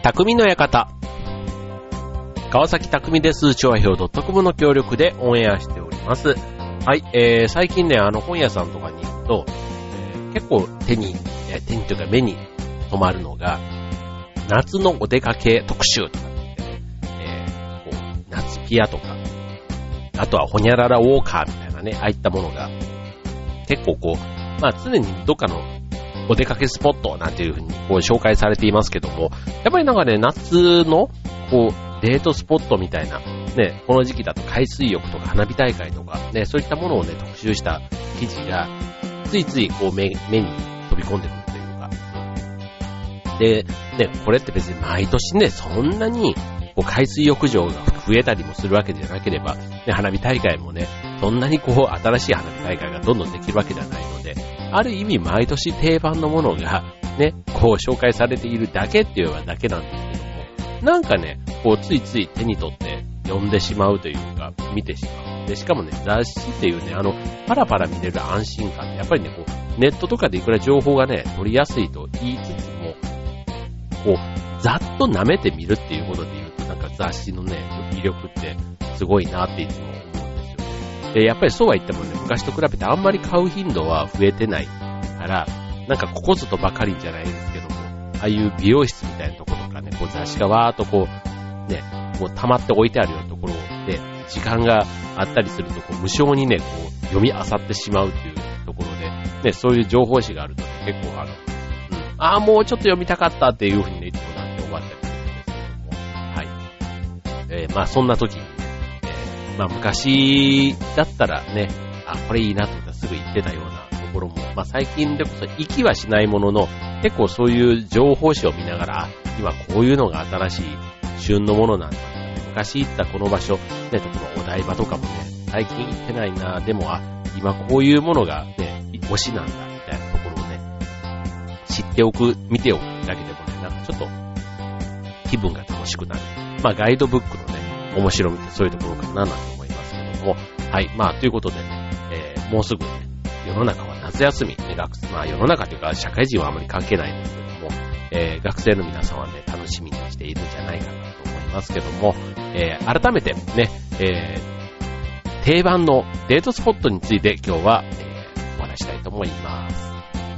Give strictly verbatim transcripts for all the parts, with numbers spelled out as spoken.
匠の館。川崎匠です。調和表 .com の協力でオンエアしております。はい、えー、最近ね、あの本屋さんとかに行くと、えー、結構手に、えー、手にというか目に留まるのが、夏のお出かけ特集とかね、えー、こう夏ピアとか、あとはホニャララウォーカーみたいなね、ああいったものが、結構こう、まあ常にどっかのお出かけスポットなんていう風にこう紹介されていますけども、やっぱりなんかね、夏のこうデートスポットみたいなね、この時期だと海水浴とか花火大会とかね、そういったものをね特集した記事がついついこう 目, 目に飛び込んでくるというか、でね、これって別に毎年ねそんなにこう海水浴場が増えたりもするわけじゃなければ、ね、花火大会もねそんなにこう新しい花火大会がどんどんできるわけじゃないので、ある意味毎年定番のものがねこう紹介されているだけっていうのはだけなんですけども、なんかねこうついつい手に取って読んでしまうというか見てしまう。でしかもね雑誌っていうねあのパラパラ見れる安心感ってやっぱりねこうネットとかでいくら情報がね取りやすいと言いつつも、こうざっと舐めてみるっていうことで言うとなんか雑誌のね魅力ってすごいなっていつも思うんですよね。でやっぱりそうは言ってもね昔と比べてあんまり買う頻度は増えてないから、なんかここぞとばかりじゃないですけども、ああいう美容室みたいなところとかねこう雑誌がわーっとこうねこう溜まって置いてあるようなところで時間があったりするとこう無償にねこう読み漁ってしまうっていうところでね、そういう情報誌があるとね結構あの、うん、ああもうちょっと読みたかったっていうふうにねいつもなって終わったりするんですけども、はい、えー、まあそんな時に、えー、まあ昔だったらねあこれいいなとかすぐ言ってたようなところも、まあ最近でこそ行きはしないものの結構そういう情報誌を見ながら今こういうのが新しい旬のものなんだ。昔行ったこの場所、ね、特にお台場とかもね、最近行ってないな、でも、あ、今こういうものがね、推しなんだ、みたいなところをね、知っておく、見ておくだけでもね、なんかちょっと気分が楽しくなる。まあ、ガイドブックのね、面白みってそういうところかな、なんて思いますけども。はい、まあ、ということでね、えー、もうすぐね、世の中は夏休み、ね、学まあ、世の中というか、社会人はあまり関係ないんですけども、えー、学生の皆さんはね、楽しみにしているんじゃないかなと思いますけども、えー、改めてね、えー、定番のデートスポットについて今日は、えー、お話したいと思います。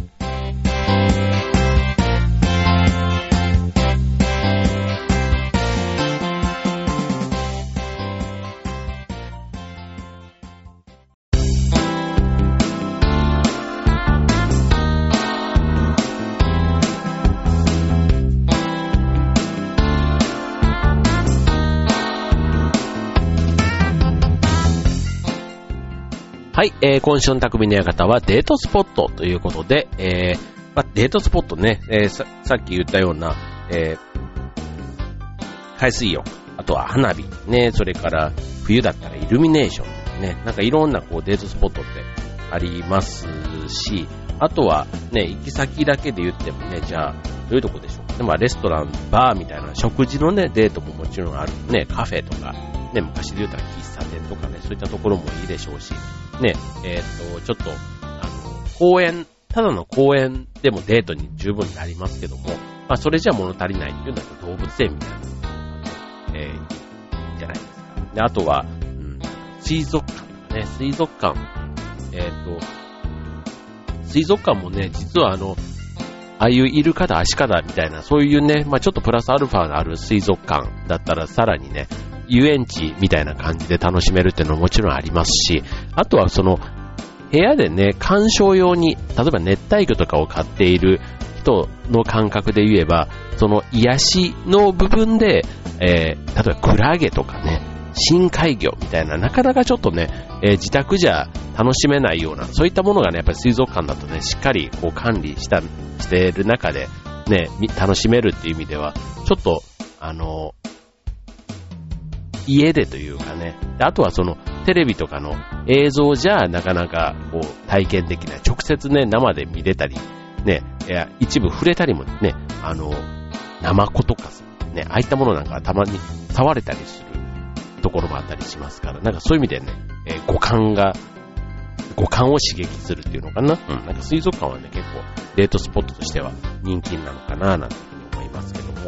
はい、えー、今週の匠の館はデートスポットということで、えーまあ、デートスポットね、えー、さ, さっき言ったような、えー、海水浴、あとは花火、ね、それから冬だったらイルミネーション、ね、なんかいろんなこうデートスポットってありますし、あとはね、行き先だけで言ってもね、じゃあどういうとこでしょうか。でもレストラン、バーみたいな食事のねデートももちろんあるね、カフェとかね、昔で言ったら喫茶店とかね、そういったところもいいでしょうし。ね、えっと、ちょっと、あの、公園、ただの公園でもデートに十分なりますけども、まあ、それじゃ物足りないっていうんだと動物園みたいな、えー、じゃないですか。で、あとは、うん、水族館とかね、水族館、えっと、水族館もね、実はあの、ああいうイルカだ、アシカだみたいな、そういうね、まあ、ちょっとプラスアルファのある水族館だったらさらにね、遊園地みたいな感じで楽しめるっていうのももちろんありますし、あとはその部屋でね鑑賞用に例えば熱帯魚とかを飼っている人の感覚で言えば、その癒しの部分で、えー、例えばクラゲとかね深海魚みたいななかなかちょっとね、えー、自宅じゃ楽しめないようなそういったものがねやっぱり水族館だとねしっかりこう管理したしている中でね楽しめるっていう意味ではちょっとあの家でというかね、あとはそのテレビとかの映像じゃなかなかこう体験できない、直接ね生で見れたりね、いや一部触れたりもね、あのナマコとかね、ああいったものなんかたまに触れたりするところもあったりしますから、なんかそういう意味でね、えー、五感が五感を刺激するっていうのかな、うん、なんか水族館はね結構デートスポットとしては人気なのかななんて思いますけども、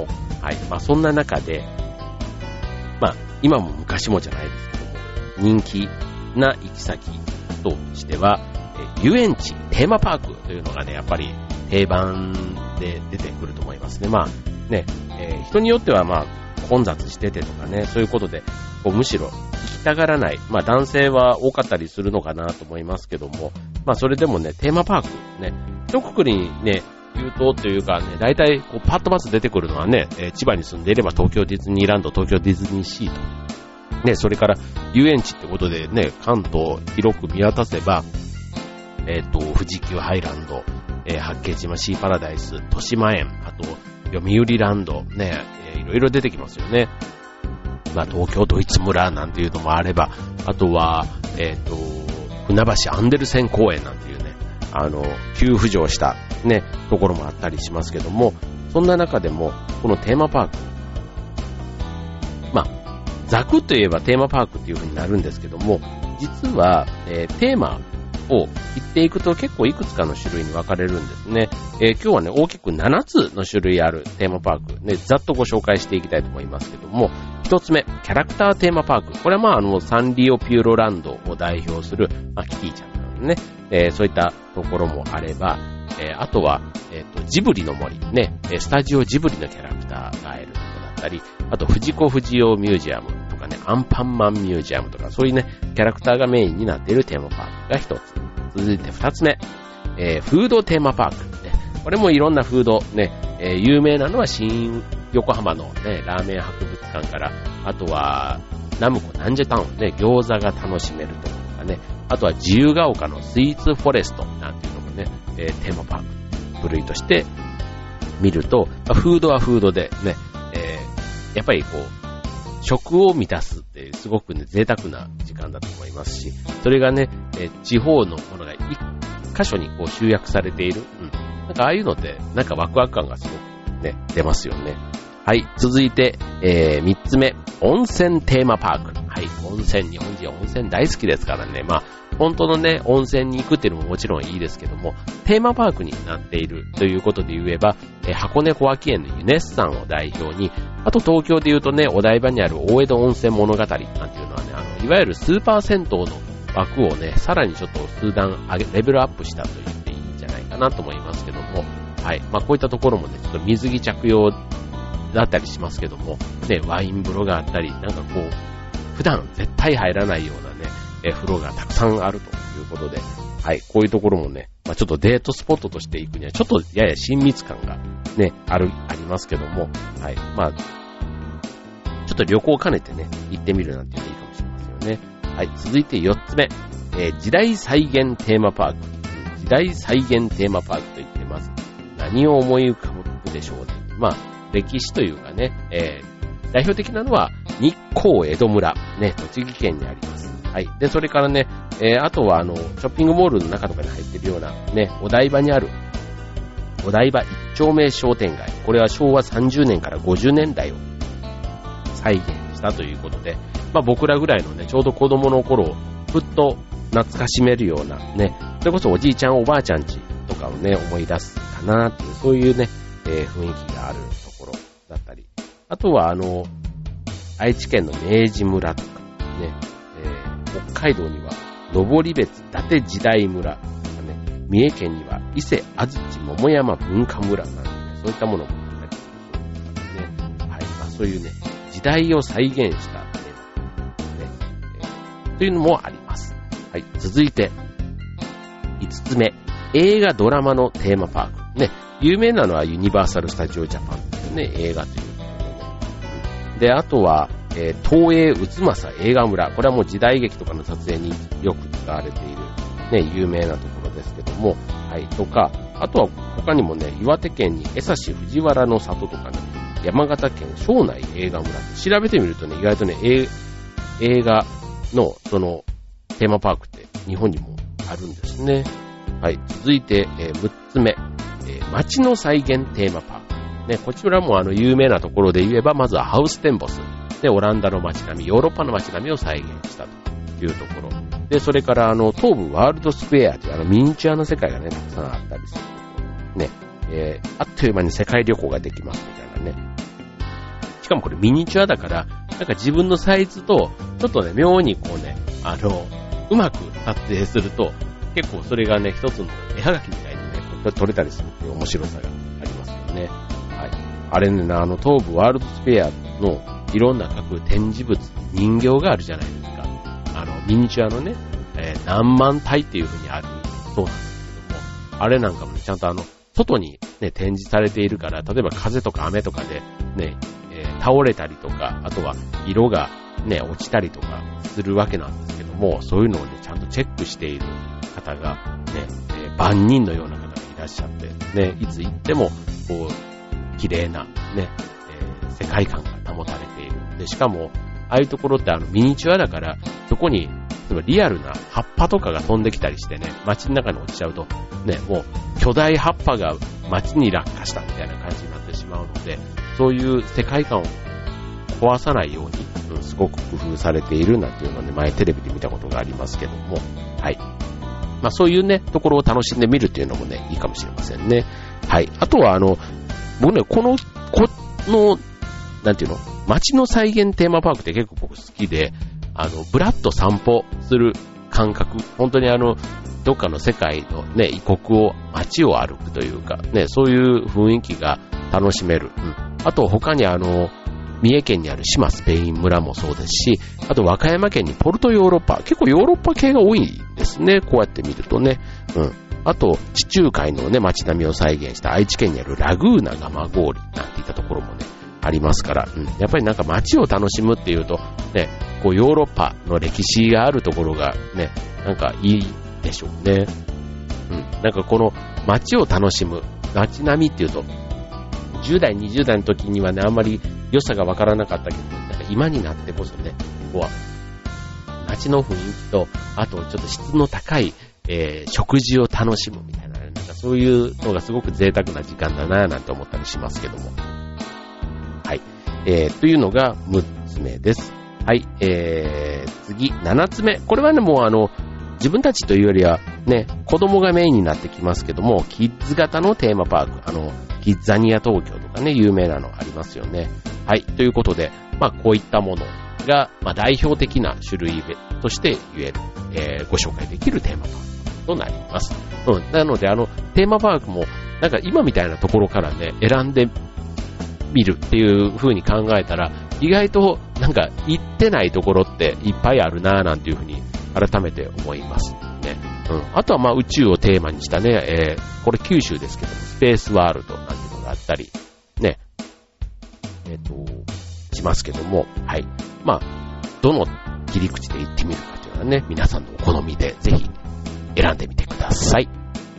も、はい。まあそんな中で、まあ今も昔もじゃないですけども、人気な行き先としては、遊園地、テーマパークというのがね、やっぱり定番で出てくると思いますね。まあね、えー、人によってはまあ混雑しててとかね、そういうことで、こうむしろ行きたがらない、まあ男性は多かったりするのかなと思いますけども、まあそれでもね、テーマパークね、一括りにね、言うとというかね、大体こうパッとまず出てくるのはね、えー、千葉に住んでいれば東京ディズニーランド、東京ディズニーシーと、ね、それから遊園地ってことでね、関東広く見渡せば、えっと、富士急ハイランド、えー、八景島シーパラダイス、豊島園、あと、読売ランド、ね、えー、いろいろ出てきますよね。まあ、東京ドイツ村なんていうのもあれば、あとは、えっと、船橋アンデルセン公園なんていうね、あの、急浮上したね、ところもあったりしますけども、そんな中でも、このテーマパーク、まあ、ざくっと言えばテーマパークっていう風になるんですけども、実は、えー、テーマを言っていくと結構いくつかの種類に分かれるんですね。えー、今日はね、大きくななつの種類あるテーマパーク、ね、ざっとご紹介していきたいと思いますけども、一つ目、キャラクターテーマパーク。これはまあ、あの、サンリオピューロランドを代表する、まあ、キティちゃんなのでね、えー、そういったところもあれば、えー、あとは、えっと、ジブリの森、ね、スタジオジブリのキャラクターが会えるところだったり、あと、藤子不二雄ミュージアムとかね、アンパンマンミュージアムとか、そういうね、キャラクターがメインになっているテーマパークが一つ。続いて二つ目、えー、フードテーマパーク、ね。これもいろんなフード、ね、えー、有名なのは新横浜のね、ラーメン博物館から、あとは、ナムコナンジェタウンね、餃子が楽しめるところとかね、あとは自由が丘のスイーツフォレストなんていうのもね、えー、テーマパーク、部類として見ると、フードはフードでね、えー、やっぱりこう、食を満たすってすごくね、贅沢な時間だと思いますし、それがね、えー、地方のものが一箇所にこう集約されている。うん。なんかああいうのって、なんかワクワク感がすごくね、出ますよね。はい。続いて、えー、三つ目、温泉テーマパーク。はい。温泉、日本人は温泉大好きですからね。まあ、本当のね、温泉に行くっていうのももちろんいいですけども、テーマパークになっているということで言えば、えー、箱根小涌園のユネッサンを代表に、あと東京で言うとね、お台場にある大江戸温泉物語なんていうのはね、あの、いわゆるスーパー銭湯の枠をね、さらにちょっと数段上げ、レベルアップしたと言っていいんじゃないかなと思いますけども、はい。まあこういったところもね、ちょっと水着着用だったりしますけども、ね、ワイン風呂があったり、なんかこう、普段絶対入らないようなね、え風呂がたくさんあるということで、はい。こういうところもね、まあちょっとデートスポットとして行くには、ちょっとやや親密感がね、ある、ありますけども、はい。まあ、ちょっと旅行を兼ねてね、行ってみるなんていうのいいかもしれませんよね。はい。続いてよっつめ、えー、時代再現テーマパーク。時代再現テーマパークと言ってます。何を思い浮かぶでしょうね。まあ、歴史というかね、えー、代表的なのは日光江戸村、ね、栃木県にあります。はい。で、それからね、えー、あとはあの、ショッピングモールの中とかに入っているような、ね、お台場にある、お台場一丁目商店街。これはしょうわさんじゅうねんからごじゅうねんだいを再現したということで、まあ僕らぐらいのね、ちょうど子供の頃、ふっと懐かしめるようなね、それこそおじいちゃんおばあちゃんちとかをね、思い出すかなっていう、そういうね、えー、雰囲気があるところだったり。あとはあの、愛知県の明治村とか、ね、えー、北海道には登別伊達時代村とかね、三重県には伊勢安土桃山文化村なんてね、そういったものもあったりするそうですからね。はい。まあそういうね、時代を再現した、ね、えー、というのもあります。はい。続いて、いつつめ、映画ドラマのテーマパーク。ね、有名なのはユニバーサル・スタジオ・ジャパンですね、映画ということでね。で、あとは、えー、東映宇都宮映画村。これはもう時代劇とかの撮影によく使われている、ね、有名なところですけども、はい、とか、あとは他にもね、岩手県に江差藤原の里とかね、山形県庄内映画村って調べてみるとね、意外とね、映画のそのテーマパークって日本にもあるんですね。はい、続いて、えー、むっつめ、えー、街の再現テーマパーク。ね、こちらもあの有名なところで言えば、まずはハウステンボス。で、オランダの街並み、ヨーロッパの街並みを再現したというところ。で、それからあの東部ワールドスクエアというあのミニチュアの世界がね、たくさんあったりする。ね、えー、あっという間に世界旅行ができますみたいなね、 かもこれミニチュアだから、なんか自分のサイズと、ちょっとね、妙にこうね、あの、うまく撮影すると、結構それがね、一つの絵はがきみたいにね、撮れたりするっていう面白さがありますよね。はい。あれね、あの、東武ワールドスペアのいろんな各展示物、人形があるじゃないですか。あの、ミニチュアのね、えー、何万体っていう風にあるそうなんですけども、あれなんかもね、ちゃんとあの、外にね、展示されているから、例えば風とか雨とかでね、えー、倒れたりとか、あとは色がね、落ちたりとかするわけなんですけども、そういうのをね、ちゃんとチェックしている方がね、えー、万人のような方がいらっしゃって、ね、いつ行っても、こう、綺麗なね、えー、世界観が保たれている。で、しかも、ああいうところってあのミニチュアだから、そこに、例えばリアルな葉っぱとかが飛んできたりしてね、街の中に落ちちゃうと、ね、もう巨大葉っぱが街に落下したみたいな感じになってしまうので、そういう世界観を壊さないように、うん、すごく工夫されているなんていうのをね、前テレビで見たことがありますけども、はい。まあそういうね、ところを楽しんでみるっていうのもね、いいかもしれませんね。はい。あとはあの、僕ね、この、この、なんていうの、街の再現テーマパークって結構僕好きで、あの、ブラッと散歩する感覚、本当にあの、どっかの世界のね、異国を、街を歩くというか、ね、そういう雰囲気が楽しめる。うん。あと他にあの、三重県にある島スペイン村もそうですし、あと和歌山県にポルトヨーロッパ、結構ヨーロッパ系が多いですね、こうやって見るとね。うん。あと、地中海のね、街並みを再現した愛知県にあるラグーナ蒲郡なんていったところもね、ありますから、うん、やっぱりなんか街を楽しむっていうと、ね、こうヨーロッパの歴史があるところがね、なんかいいでしょうね。うん、なんかこの街を楽しむ、街並みっていうと、じゅう代、にじゅう代の時にはね、あんまり良さがわからなかったけど、なんか今になってこそね、こう街の雰囲気と、あとちょっと質の高い、えー、食事を楽しむみたいな、ね、なんかそういうのがすごく贅沢な時間だなぁなんて思ったりしますけども。はい。えー、というのがむっつめです。はい。えー、次、ななつめ。これはね、もうあの、自分たちというよりはね、子供がメインになってきますけども、キッズ型のテーマパーク、あの、キッザニア東京とかね、有名なのありますよね。はい。ということで、まあ、こういったものが、まあ、代表的な種類として言える、えー、ご紹介できるテーマパークとなります。うん。なので、あの、テーマパークも、なんか今みたいなところからね、選んで見るっていう風に考えたら、意外となんか行ってないところっていっぱいあるなぁなんていう風に改めて思いますね。うん。あとはまあ宇宙をテーマにしたね、えー、これ九州ですけども、スペースワールドなんていうのがあったり、ね、えっと、しますけども、はい。まあ、どの切り口で行ってみるかというのはね、皆さんのお好みでぜひ選んでみてください。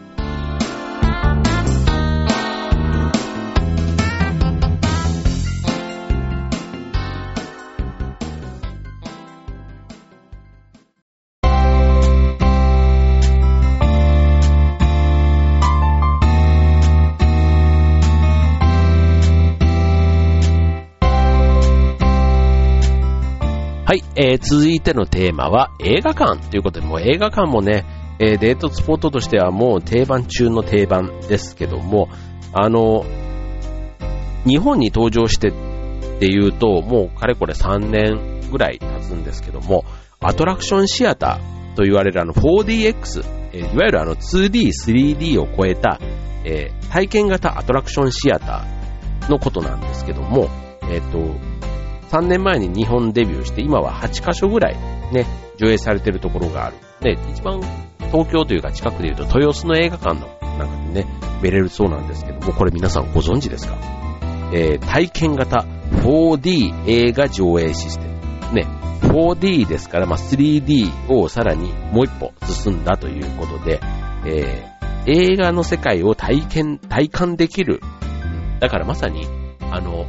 はい、えー、続いてのテーマは映画館ということで、もう映画館もね、えー、デートスポットとしてはもう定番中の定番ですけども、あの日本に登場してっていうともうかれこれさんねんぐらい経つんですけども、アトラクションシアターと言われるあの フォーディーエックス、えー、いわゆるあの ツーディー、スリーディー を超えた、えー、体験型アトラクションシアターのことなんですけども、えっとさんねんまえに日本デビューして、今ははちカ所ぐらいね、上映されているところがある。で、一番東京というか近くでいうと豊洲の映画館のなんかでね、見れるそうなんですけども、これ皆さんご存知ですか？えー、体験型 フォーディー 映画上映システム。ね、フォーディー ですから、まあ、スリーディー をさらにもう一歩進んだということで、えー、映画の世界を体験、体感できる。だからまさに、あの、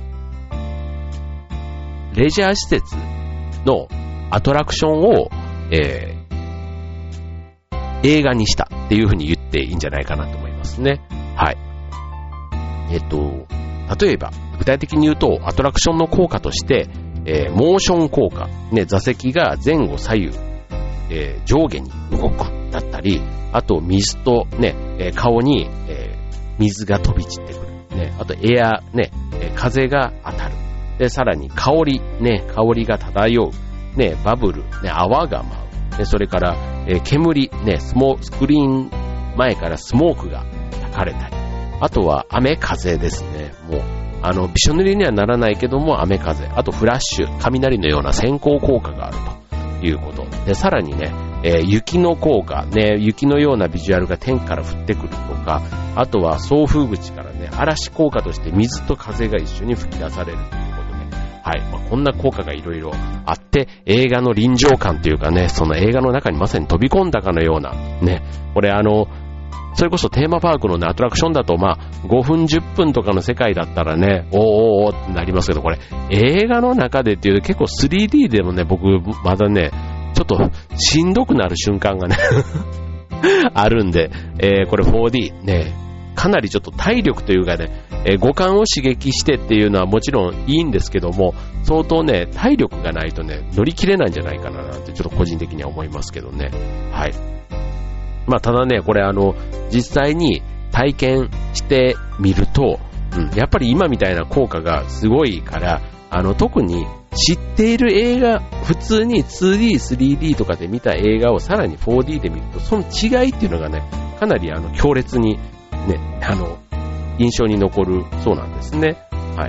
レジャー施設のアトラクションを、えー、映画にしたっていう風に言っていいんじゃないかなと思いますね。はい。えっと、例えば、具体的に言うと、アトラクションの効果として、えー、モーション効果、ね、座席が前後左右、えー、上下に動くだったり、あとミスト、ね、えー、顔に、えー、水が飛び散ってくる。ね、あとエア、ね、風が当たる。 で、さらに香り、ね、香りが漂う、ね、バブル、ね、泡が舞う。で、それから、えー、煙、ね、スモスクリーン前からスモークが焚かれたり、あとは雨風ですね。もう、あの、びしょ濡れにはならないけども雨風、あとフラッシュ、雷のような先行効果があるということ。で、さらにね、えー、雪の効果、ね、雪のようなビジュアルが天から降ってくるとか、あとは送風口からね、嵐効果として水と風が一緒に吹き出されるということで、はい、まあ、こんな効果がいろいろあって、映画の臨場感というかね、その映画の中にまさに飛び込んだかのような、ね、これあの、それこそテーマパークのね、アトラクションだと、まあ、ごふんじゅっぷんとかの世界だったらね、おーおーおーってなりますけど、これ、映画の中でっていう結構 スリーディー でもね、僕、まだね、ちょっとしんどくなる瞬間がね、あるんで、えー、これ フォーディー、ね、かなりちょっと体力というかね、えー、五感を刺激してっていうのはもちろんいいんですけども、相当ね、体力がないとね、乗り切れないんじゃないかななんて、ちょっと個人的には思いますけどね。はい。まあ、ただね、これあの、実際に体験してみると、うん、やっぱり今みたいな効果がすごいから、あの、特に知っている映画、普通に ツーディー、スリーディー とかで見た映画をさらに フォーディー で見ると、その違いっていうのがね、かなりあの、強烈にね、あの、印象に残るそうなんですね。はい。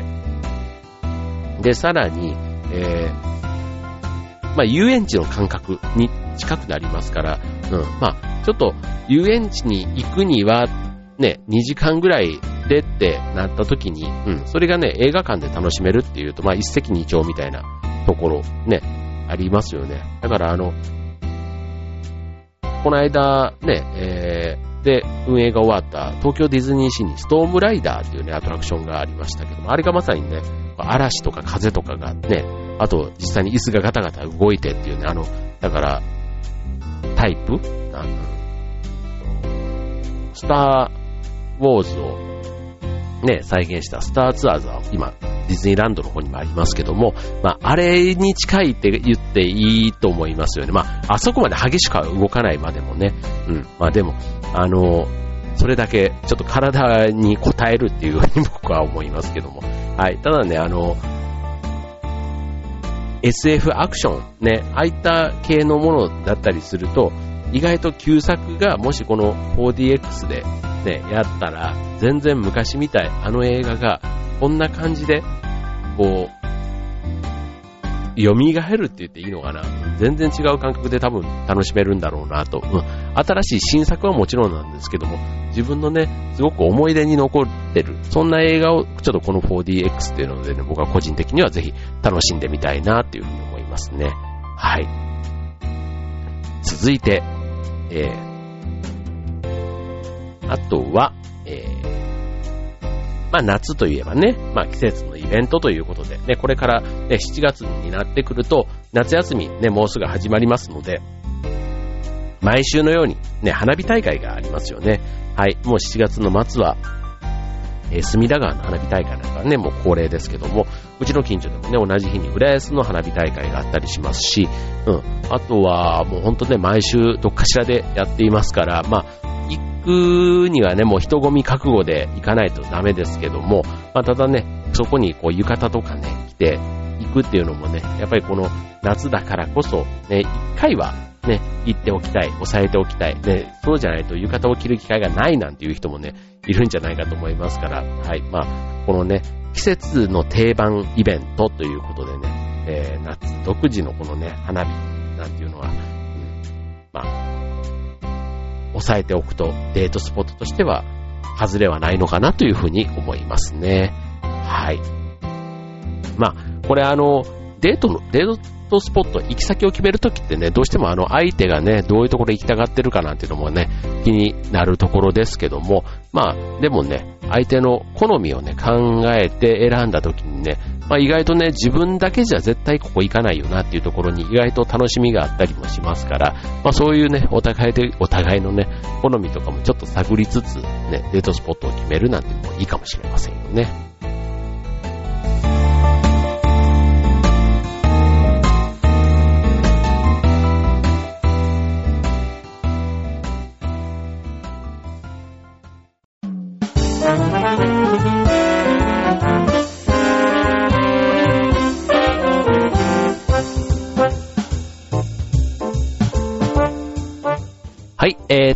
で、さらに、えー、まあ、遊園地の感覚に近くなりますから、うん、まあ、ちょっと遊園地に行くにはね、にじかんぐらいでってなった時に、うん、それがね、映画館で楽しめるっていうと、まあ、一石二鳥みたいなところね、ありますよね。だからあの、この間ね、えー、で、運営が終わった東京ディズニーシーにストームライダーっていうね、アトラクションがありましたけども、あれがまさにね、嵐とか風とかがね、あと実際に椅子がガタガタ動いてっていうね、あの、だから、タイプなんスター・ウォーズをね、再現したスターツアーズは今、ディズニーランドの方にもありますけども、まあ、あれに近いって言っていいと思いますよね。まあ、あそこまで激しくは動かないまでもね。うん。まあでも、あの、それだけちょっと体に応えるっていうふうに僕は思いますけども。はい。ただね、あの、エスエフ アクションね、ああいった系のものだったりすると、意外と旧作がもしこの フォーディーエックス でね、やったら、全然昔みたい、あの映画がこんな感じで、こう、蘇るって言っていいのかな。全然違う感覚で多分楽しめるんだろうなと。うん。新しい新作はもちろんなんですけども、自分のね、すごく思い出に残ってる、そんな映画をちょっとこの フォーディーエックス っていうのでね、僕は個人的にはぜひ楽しんでみたいなっていうふうに思いますね。はい。続いて、えー、あとは、えー、まあ夏といえばね、まあ季節のイベントということで、ね、これからね、しちがつになってくると、夏休みね、もうすぐ始まりますので、毎週のようにね、花火大会がありますよね。はい、もうしちがつの末は、えー、隅田川の花火大会なんかね、もう恒例ですけども、うちの近所でもね、同じ日に浦安の花火大会があったりしますし、うん、あとはもう本当ね、毎週どっかしらでやっていますから、まあ、行くにはね、もう人混み覚悟で行かないとダメですけども、まあ、ただね、そこにこう浴衣とかね、着て行くっていうのもね、やっぱりこの夏だからこそ、ね、一回はね、行っておきたい、抑えておきたい、ね、そうじゃないと浴衣を着る機会がないなんていう人もね、いるんじゃないかと思いますから、はい、まあ、このね、季節の定番イベントということでね、えー、夏独自のこのね、花火なんていうのは、うん、まあ、抑えておくとデートスポットとしては、外れはないのかなというふうに思いますね。はい。まあ、これあの、デートの、デートスポット、行き先を決めるときってね、どうしてもあの相手がね、どういうところ行きたがってるかなんていうのもね、気になるところですけども、まあ、でもね、相手の好みをね、考えて選んだときにね、まあ意外とね、自分だけじゃ絶対ここ行かないよなっていうところに意外と楽しみがあったりもしますから、まあそういうね、お互いで、お互いのね、好みとかもちょっと探りつつ、ね、デートスポットを決めるなんていうのもいいかもしれませんよね。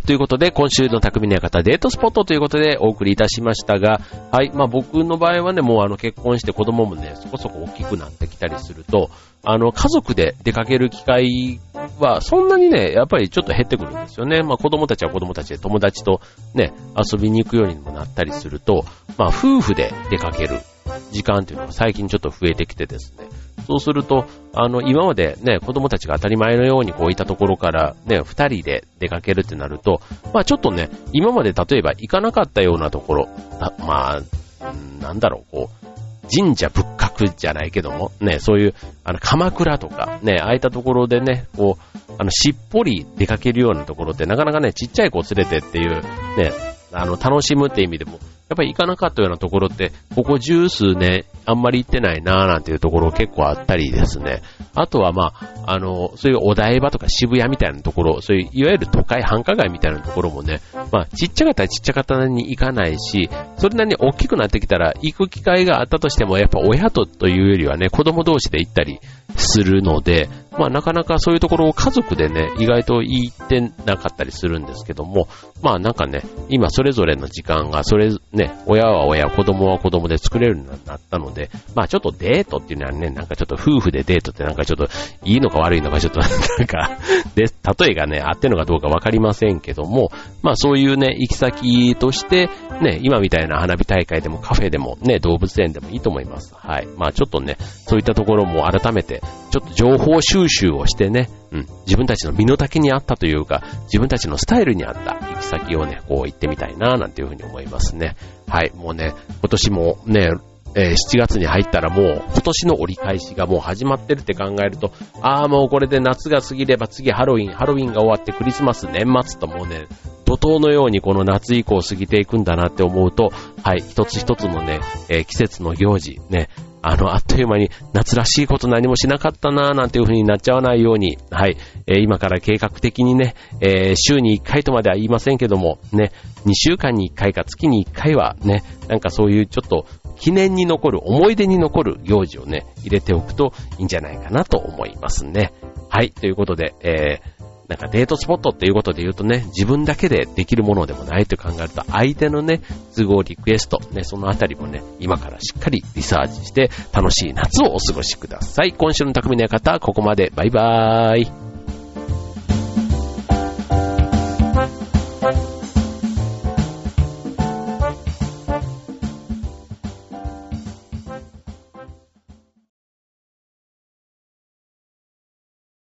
ということで、今週の匠の館デートスポットということでお送りいたしましたが、はい。まあ僕の場合はね、もうあの結婚して子供もね、そこそこ大きくなってきたりすると、あの家族で出かける機会はそんなにね、やっぱりちょっと減ってくるんですよね。まあ子供たちは子供たちで友達とね、遊びに行くようにもなったりすると、まあ夫婦で出かける時間っていうのが最近ちょっと増えてきてですね。そうすると、あの、今までね、子供たちが当たり前のようにこういたところからね、二人で出かけるってなると、まあちょっとね、今まで例えば行かなかったようなところ、まあ、なんだろう、こう、神社仏閣じゃないけども、ね、そういう、あの、鎌倉とか、ね、ああいったところでね、こう、あの、しっぽり出かけるようなところってなかなかね、ちっちゃい子連れてっていう、ね、あの、楽しむって意味でも、やっぱり行かなかったようなところって、ここ十数年あんまり行ってないなーなんていうところ結構あったりですね。あとはまあ、あの、そういうお台場とか渋谷みたいなところ、そういういわゆる都会繁華街みたいなところもね、まあ、ちっちゃかったらちっちゃかったに行かないし、それなりに大きくなってきたら行く機会があったとしても、やっぱ親とというよりはね、子供同士で行ったりするので、まあなかなかそういうところを家族でね、意外と行ってなかったりするんですけども、まあなんかね、今それぞれの時間が、それね、親は親、子供は子供で作れるようになったので、まあちょっとデートっていうのはね、なんかちょっと夫婦でデートってなんかちょっといいのか悪いのかちょっとなんか、で、例えがね、合ってるのかどうかわかりませんけども、まあそういうね、行き先として、ね、今みたいな花火大会でもカフェでもね、動物園でもいいと思います。はい。まあちょっとね、そういったところも改めて、ちょっと情報収集をしてね、うん、自分たちの身の丈に合ったというか、自分たちのスタイルに合った行き先をね、こう行ってみたいな、なんていうふうに思いますね。はい。もうね、今年もね、えー、しちがつに入ったらもう今年の折り返しがもう始まってるって考えると、ああもうこれで夏が過ぎれば次ハロウィン、ハロウィンが終わってクリスマス、年末ともうね、怒涛のようにこの夏以降過ぎていくんだなって思うと、はい、一つ一つのね、えー、季節の行事、ね、あの、あっという間に夏らしいこと何もしなかったなーなんていう風になっちゃわないように、はい、えー、今から計画的にね、えー、週にいっかいとまでは言いませんけども、ね、にしゅうかんにいっかいか月にいっかいはね、なんかそういうちょっと記念に残る、思い出に残る行事をね、入れておくといいんじゃないかなと思いますね。はい、ということで、えー、なんかデートスポットっていうことで言うとね、自分だけでできるものでもないと考えると、相手のね、都合リクエスト、ね、そのあたりもね、今からしっかりリサーチして楽しい夏をお過ごしください。今週の匠の館、ここまで。バイバーイ。